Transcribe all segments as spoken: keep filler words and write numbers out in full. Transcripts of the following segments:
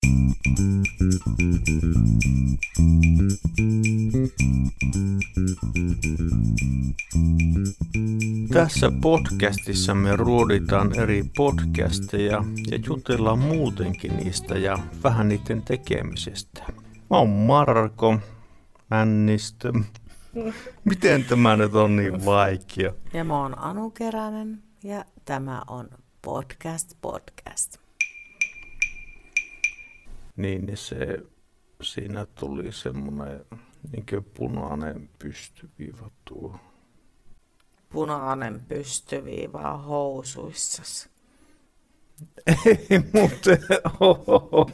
Tässä podcastissa me ruoditaan eri podcasteja ja jutellaan muutenkin niistä ja vähän niiden tekemisestä. Mä oon Marko Männistö. Miten tämä nyt on niin vaikea? Ja mä oon Anu Keränen ja tämä on Podcast Podcast. Niin, niin se, siinä tuli semmoinen niin punainen pystyviiva tuo. Punainen pystyviiva housuissasi. Ei muuten oo.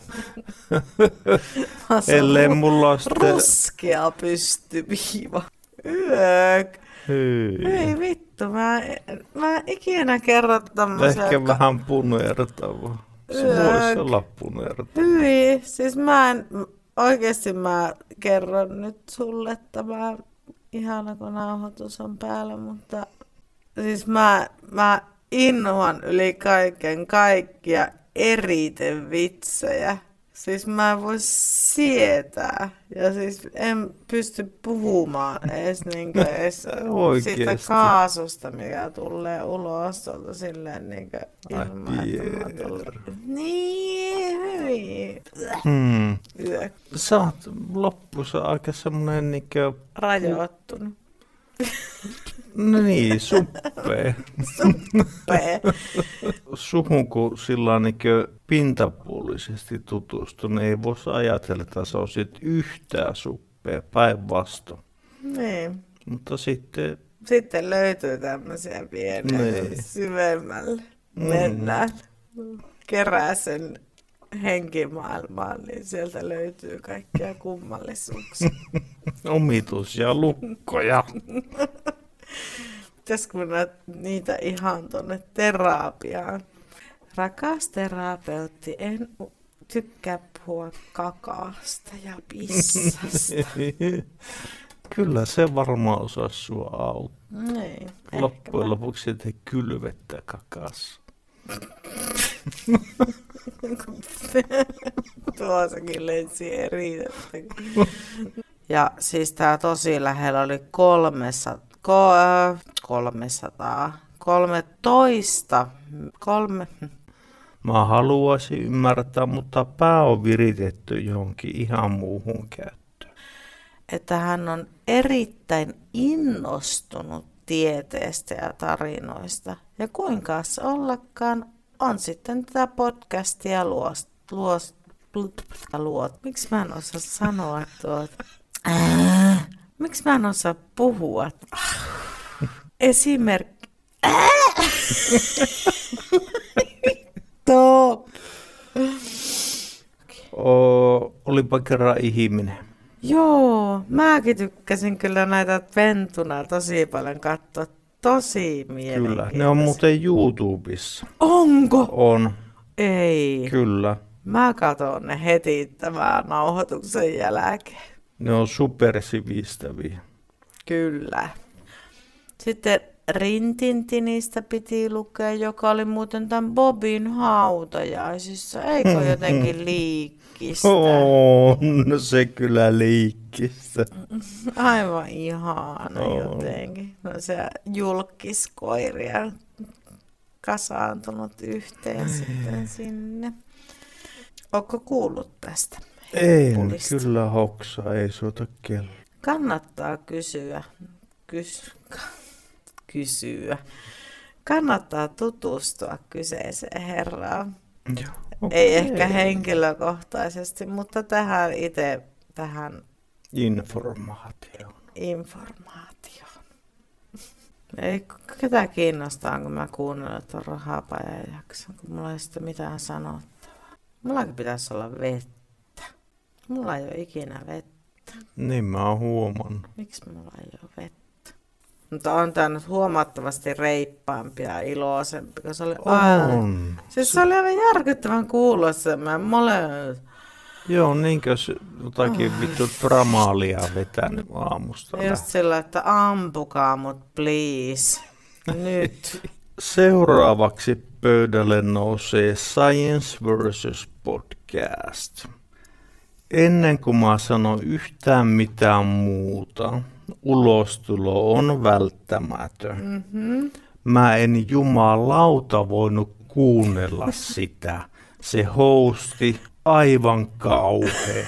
Ellei mulla ole sitten... Ruskea pystyviiva. Yök. Hyi. Ei vittu, mä, mä en ikinä kerro tämmöisiä. Ehkä vähän punertavaa. Se voisi olla punertavaa. Hyi, siis mä en, oikeesti mä kerron nyt sulle tämä ihana kun nauhoitus on päällä, mutta siis mä, mä inhoan yli kaiken kaikkia eriten vitsejä. Siis mä en voi sietää ja siis en pysty puhumaan edes, niinku edes siitä kaasusta, mikä tulee ulos tuolta silleen niinku ilman, että mä tulin. Niin, hyvin. Hmm. Sä oot loppussa aika semmonen niinku... Rajoittunut. No niin, suppee. Suppee. Suhun kun sillä niin pintapuolisesti tutustun, niin ei voisi ajatella, että sä olisit yhtään suppea päinvastoin. Niin. Mutta sitten... Sitten löytyy tämmöisiä pieniä niin. Syvemmälle. Mm. Mennään. Kerää sen henkimaailmaan, niin sieltä löytyy kaikkia kummallisuuksia. Omitus ja lukkoja. Pitäisikö mennä niitä ihan tonne terapiaan? Rakas terapeutti, en tykkää puhua kakaasta ja pissasta. Kyllä se varmaan osaisi sua auttaa. Niin, loppujen lopuksi te kylvettä kakassa. Tuossakin lensi eri. Ja siis tää tosi lähellä oli kolmesataa, ko, kolmesataa, kolmetoista, kolme... Mä haluaisin ymmärtää, mutta pää on viritetty johonkin ihan muuhun käyttöön. Että hän on erittäin innostunut tieteestä ja tarinoista. Ja kuinka ollakaan on sitten tätä podcastia luost, luost, luot. Miksi mä en osaa sanoa tuota? Äh, miksi mä en osaa puhua? Esimerkki. Äh. Top. O, olipa kerran ihminen. Joo, mäkin tykkäsin kyllä näitä Pentuna tosi paljon katsoa. Tosi mielenkiintoisia. Kyllä, ne on muuten YouTubessa. Onko? On. Ei. Kyllä. Mä katon ne heti tämän nauhoituksen jälkeen. Ne on supersivistäviä. Kyllä. Sitten Rintintinistä piti lukea, joka oli muuten tämän Bobin hautajaisissa. Eikö jotenkin liikkistä? Oh, no se kyllä liikkistä. Aivan ihana oh. jotenkin. No se julkiskoiria kasaantunut yhteen sitten sinne. Ootko kuullut tästä? En kyllä hoksaa, ei suota kello. Kannattaa kysyä. Kys... kysyä. Kannattaa tutustua kyseiseen herraan. Joo, okay. Ei ehkä henkilökohtaisesti, mutta tähän itse tähän informaatioon. Informaatioon. Ei ketä kiinnostaa, kun mä kuunnelen tuon Rahapajan jakson, kun mulla ei sitten mitään sanottavaa. Mullakin pitäisi olla vettä. Mulla ei ole ikinä vettä. Niin mä oon huomannut. Miksi mulla ei ole vettä? Mutta on tää nyt huomattavasti reippaampi ja iloisempi, kun se oli on. Siis se oli aivan järkyttävän kuulossa. Mä molemmat. Joo, niinkö jotakin oh. vittu dramaalia vetänyt aamusta. Just sillä, että ampukaa mut please. Nyt. Seuraavaksi pöydälle nousee Science versus. Podcast. podcast. Ennen kuin mä sanon yhtään mitään muuta, ulostulo on välttämätön. Mm-hmm. Mä en jumalauta voinut kuunnella sitä. Se hosti aivan kauhea.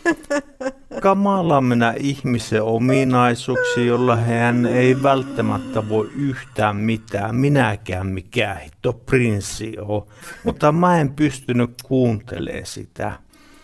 Kamala mennä ihmisen ominaisuuksiin, jolla hän ei välttämättä voi yhtään mitään. Minäkään mikään hitto prinssi ole. Mutta mä en pystynyt kuuntelemaan sitä.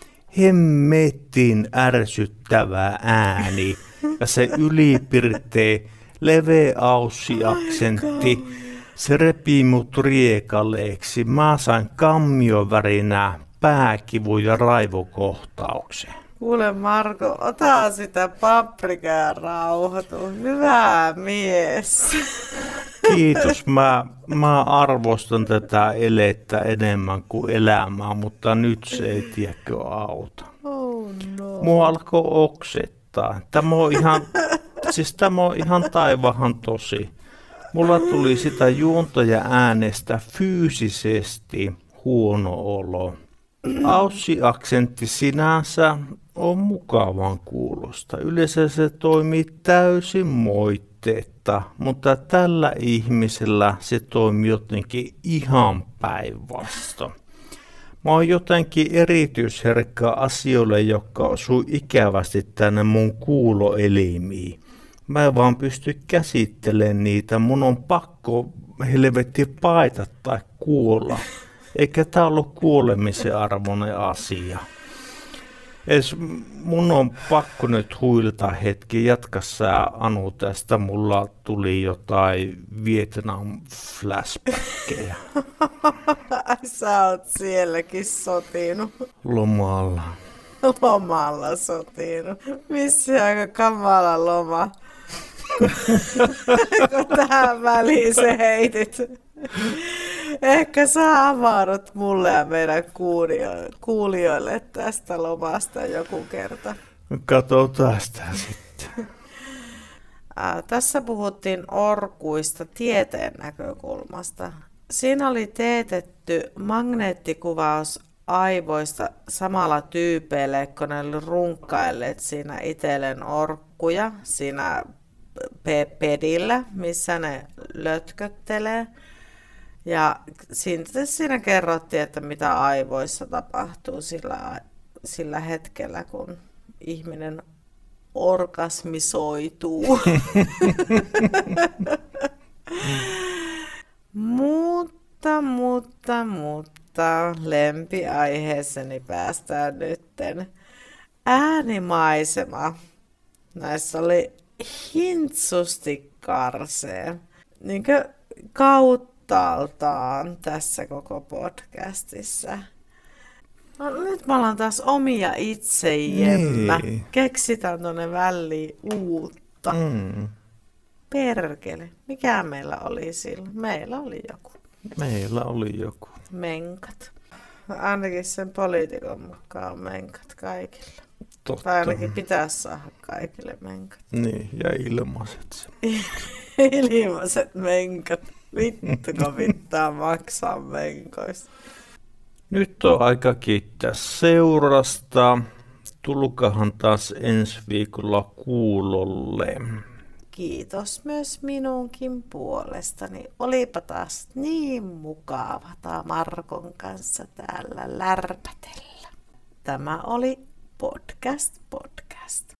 Hemmetin ärsyttävä ääni ja se ylipirteä leveä aussi-aksentti. Se repii mut riekaleeksi. Mä sain kammiovärinää, pääkivun ja raivokohtauksen. Kuule Marko, ota sitä paprikaa ja rauhoitu. Hyvä mies. Kiitos. Mä, mä arvostan tätä elettä enemmän kuin elämää, mutta nyt se ei tiedäkö auta. Oh no. Mua alkoi oksettaa. Tämä on ihan, siis tämä on ihan taivahan tosi. Mulla tuli sitä juonta ja äänestä fyysisesti huono olo. Aussi-aksentti sinänsä on mukavan kuulosta. Yleensä se toimii täysin moitteetta, mutta tällä ihmisellä se toimii jotenkin ihan päinvastoin. Mä oon jotenkin erityisherkkä asioille, jotka osuu ikävästi tänne mun kuuloelimiin. Mä en vaan pysty käsittelemään niitä. Mun on pakko helvetti paita tai kuolla. Eikä tää ollut kuolemisen arvoinen asia. Es mun on pakko nyt huilata hetki. Jatka sä, Anu, tästä. Mulla tuli jotain Vietnam flashbackkejä. Ai sä oot sielläkin sotinut. Lomalla. Lomalla sotinut. Missä aika kamala loma. Kun tähän väliin se heitit. Ehkä sä avaudut mulle ja meidän kuulijoille tästä lomasta joku kerta. Katsotaan sitä sitten. Ää, tässä puhuttiin orkuista tieteen näkökulmasta. Siinä oli teetetty magneettikuvaus aivoista samalla tyypeille, kun ne oli runkkailleet siinä itselleen orkkuja siinä pedillä, missä ne lötköttelee. Ja siinä, siinä kerrottiin, että mitä aivoissa tapahtuu sillä, sillä hetkellä, kun ihminen orgasmisoituu. mutta, mutta, mutta, lempiaiheessani päästään nytten. Äänimaisema. Näissä oli hintsusti karsee. Niinkö kauttaaltaan tässä koko podcastissa. No, nyt me ollaan taas omia itsejemme. Niin. Keksitään tuonne väliin uutta. Mm. Perkele. Mikä meillä oli silloin? Meillä oli joku. Meillä oli joku. Menkat. Ainakin sen poliitikon mukaan on menkat kaikille. Totta. Tai ainakin pitäisi saada kaikille menkat. Niin, ja ilmaiset. Ilmaiset menkat. Vittu, kun pitää maksaa menkoista. Nyt on aika kiittää seurasta. Tulkahan taas ensi viikolla kuulolle. Kiitos myös minunkin puolestani. Olipa taas niin mukavaa Markon kanssa täällä lärpätellä. Tämä oli Podcast Podcast.